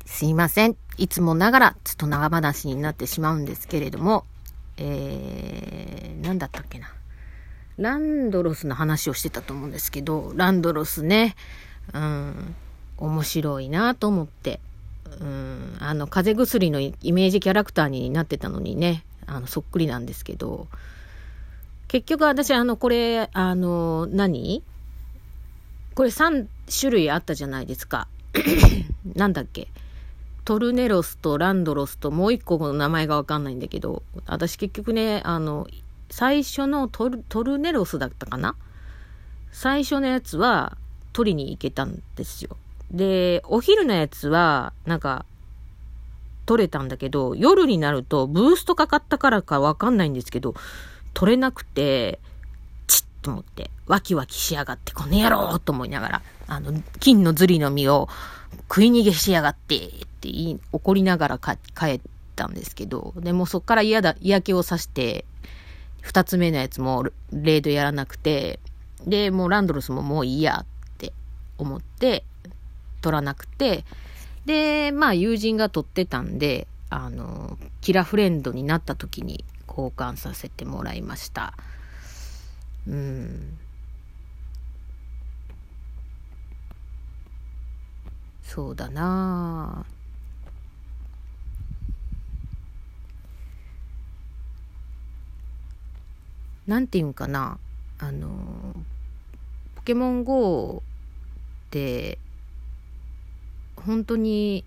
すいません。いつもながらちょっと長話になってしまうんですけれども、なんだったっけな。ランドロスの話をしてたと思うんですけど、ランドロスね、面白いなと思って、風邪薬のイメージキャラクターになってたのにね、そっくりなんですけど、結局私これ、これ3種類あったじゃないですか。なんだっけ。トルネロスとランドロスともう一個の名前がわかんないんだけど、私結局ね、最初のトルネロスだったかな。最初のやつは取りに行けたんですよ。で、お昼のやつはなんか取れたんだけど、夜になるとブーストかかったからかわかんないんですけど、取れなくて、チッと思って、ワキワキしやがって、この野郎と思いながら、金のズリの実を食い逃げしやがってって怒りながら帰ったんですけど、でもそっから嫌気をさして、二つ目のやつもレイドやらなくて、で、もうランドロスももういいやって思って、取らなくて、で、まあ友人が取ってたんで、キラフレンドになった時に交換させてもらいました。そうだなぁ。なんていうんかな。ポケモン GO って、本当に、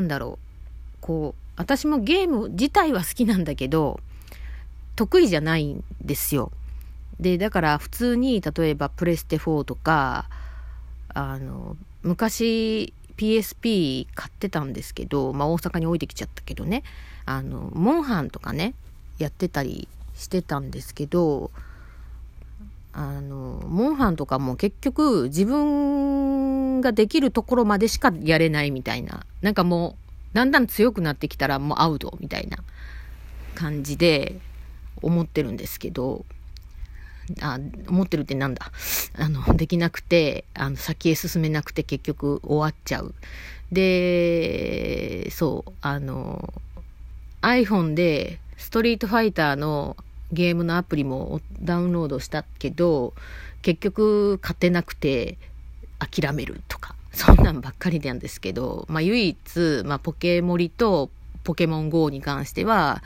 私もゲーム自体は好きなんだけど、得意じゃないんですよ。で、だから普通に、例えばプレステ4とか、昔 PSP 買ってたんですけど、まあ大阪に置いてきちゃったけどね、モンハンとかね、やってたりしてたんですけど、モンハンとかも結局自分ができるところまでしかやれないみたいな、なんかもうだんだん強くなってきたらもうアウトみたいな感じで思ってるんですけど、思ってるってなんだ、できなくて、先へ進めなくて結局終わっちゃう。で、そう、iPhone でストリートファイターのゲームのアプリもダウンロードしたけど、結局勝てなくて諦めるとか、そんなんばっかりなんですけど、まあ唯一、まあポケモリとポケモン GO に関しては、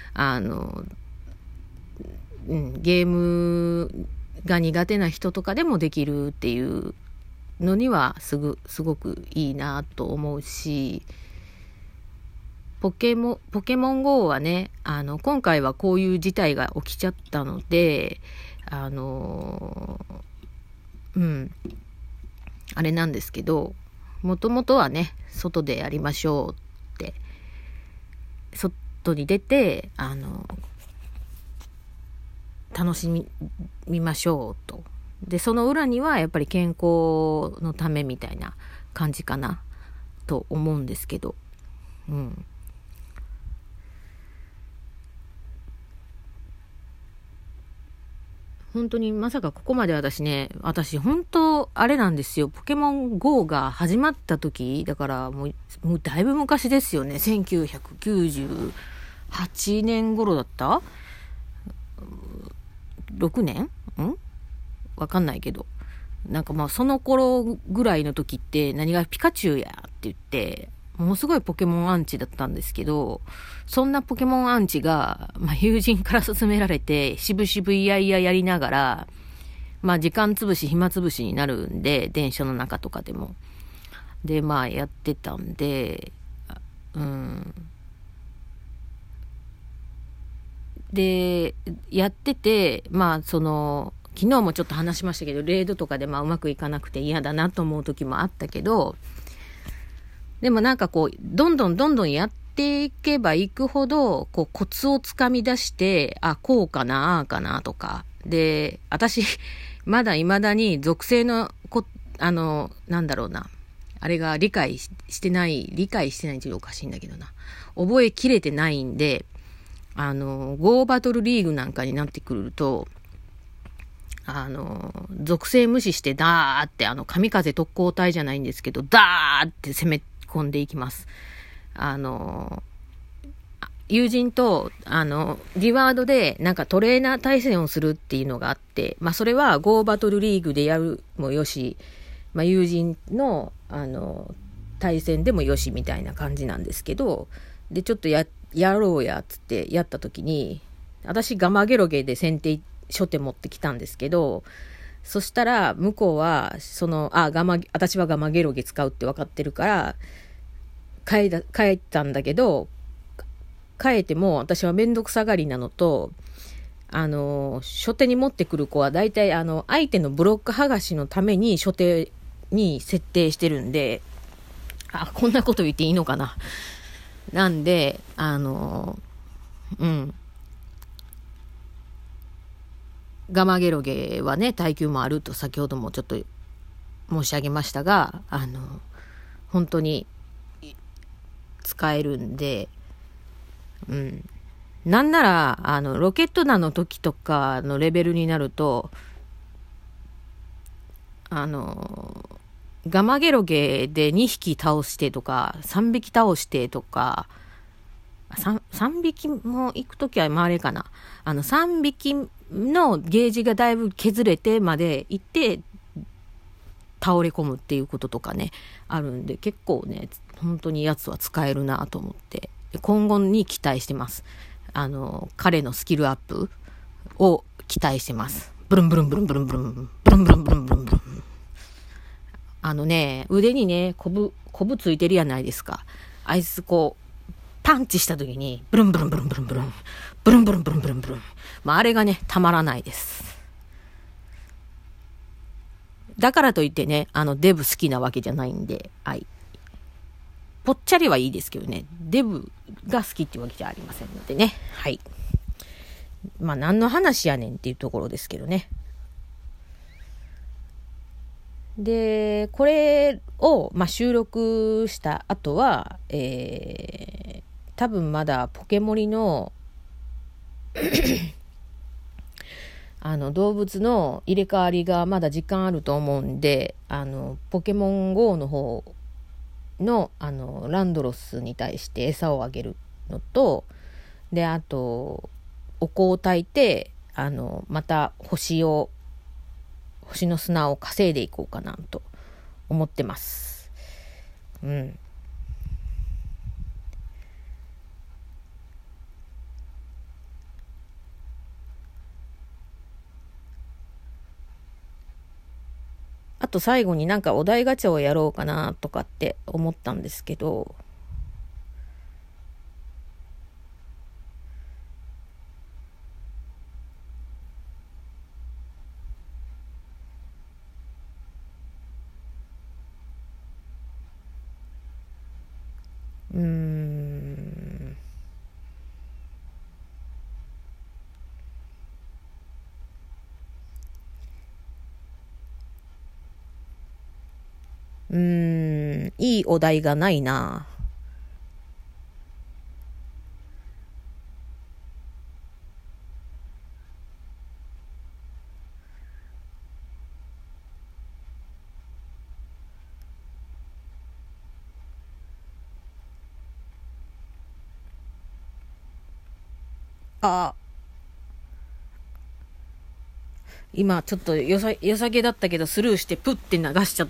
ゲームが苦手な人とかでもできるっていうのにはすごくいいなと思うし、ポケモン GO はね、今回はこういう事態が起きちゃったので、あれなんですけど、もともとはね、外でやりましょうって、外に出て、楽しみましょうと。で、その裏にはやっぱり健康のためみたいな感じかなと思うんですけど、本当にまさかここまで私本当あれなんですよ。ポケモン GO が始まった時、だからもうだいぶ昔ですよね。1998年頃だった6年わかんないけど。なんかまあその頃ぐらいの時って何がピカチュウやって言って、ものすごいポケモンアンチだったんですけど、そんなポケモンアンチが、まあ友人から勧められて、渋々いやいややりながら、まあ時間つぶし、暇つぶしになるんで、電車の中とかでも。で、まあやってたんで、で、やってて、まあ昨日もちょっと話しましたけど、レイドとかでまあうまくいかなくて嫌だなと思う時もあったけど、でもなんかどんどんやっていけばいくほど、コツをつかみ出して、こうかな、ああかなとか。で、私、まだ未だに属性のあれが理解してないっていうおかしいんだけどな。覚えきれてないんで、Go バトルリーグなんかになってくると、属性無視してダーって神風特攻隊じゃないんですけど、ダーって攻め込んでいきます。 あの、友人と、リワードで、なんかトレーナー対戦をするっていうのがあって、まあ、それは Go バトルリーグでやるもよし、まあ、友人の、対戦でもよしみたいな感じなんですけど、で、ちょっとやろうや、つってやった時に、私ガマゲロゲで先手、初手持ってきたんですけど、そしたら、向こうは、私はガマゲロゲ使うって分かってるから、変えたんだけど、変えても私はめんどくさがりなのと、初手に持ってくる子は大体相手のブロック剥がしのために初手に設定してるんで、こんなこと言っていいのかな。なんで、ガマゲロゲはね、耐久もあると先ほどもちょっと申し上げましたが、本当に使えるんで、なんなら、ロケット弾の時とかのレベルになると、ガマゲロゲで2匹倒してとか、3匹倒してとか、3匹も行くときはあれかな。3匹のゲージがだいぶ削れてまで行って、倒れ込むっていうこととかね、あるんで、結構ね、本当にやつは使えるなと思って、今後に期待してます。彼のスキルアップを期待してます。ブルンブルンブルンブルンブルン、ブルンブルンブルンブルンブルン。腕にね、コブついてるやないですか。あいつこう、パンチした時に、ブルンブルンブルンブルンブルン、ブルンブルンブルンブルンブルン。まあ、あれがね、たまらないです。だからといってね、デブ好きなわけじゃないんで、はい。ぽっちゃりはいいですけどね、デブが好きっていうわけじゃありませんのでね。はい。まあ何の話やねんっていうところですけどね。で、これを、収録した後は、多分まだポケモリの動物の入れ替わりがまだ時間あると思うんで、ポケモン GO の方の、ランドロスに対して餌をあげるのと、で、あと、お香を焚いて、また星の砂を稼いでいこうかなと思ってます。あと最後になんかお題ガチャをやろうかなとかって思ったんですけど、いいお題がないな。今ちょっとよさげだったけどスルーしてプッて流しちゃった。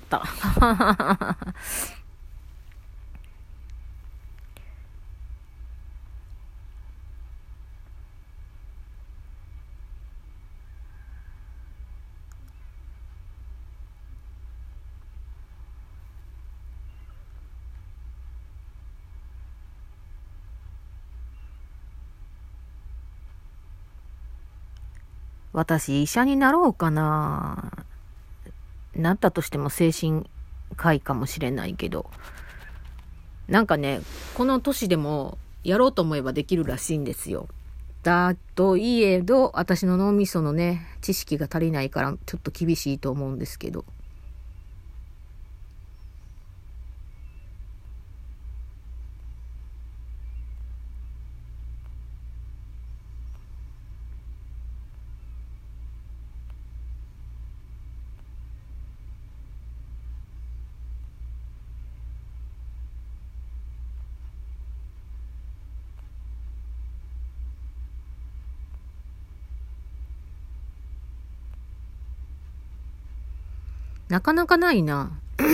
私医者になろうかな。なったとしても精神科医かもしれないけど、なんかね、この年でもやろうと思えばできるらしいんですよ。だといえど、私の脳みそのね、知識が足りないからちょっと厳しいと思うんですけど。 なかなかないな。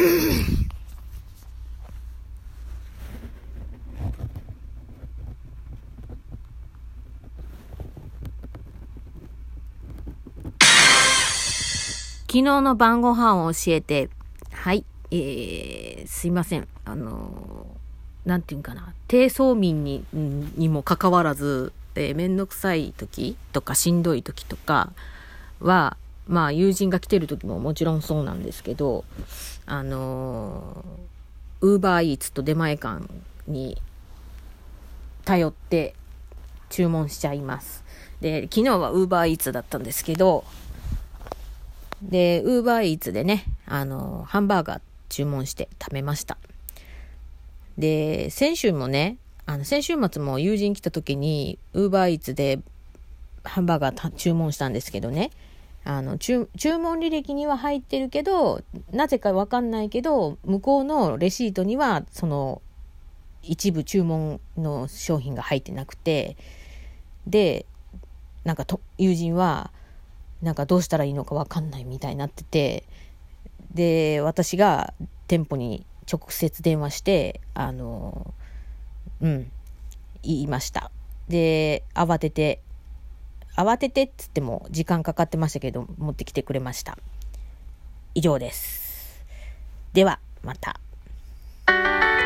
昨日の晩ご飯を教えて、はい、すいません。なんていうんかな、低層民にもかかわらず、めんどくさい時とかしんどい時とかは、まあ友人が来てる時ももちろんそうなんですけど、Uber Eats と出前館に頼って注文しちゃいます。で、昨日は Uber Eats だったんですけど、で、Uber Eats でね、ハンバーガー注文して食べました。で、先週末も友人来た時に Uber Eats でハンバーガー注文したんですけどね、注文履歴には入ってるけど、なぜかわかんないけど、向こうのレシートには、その、一部注文の商品が入ってなくて、で、なんか友人は、なんかどうしたらいいのかわかんないみたいになってて、で、私が店舗に直接電話して、言いました。で、慌ててっつっても時間かかってましたけど、持ってきてくれました。以上です。では、また。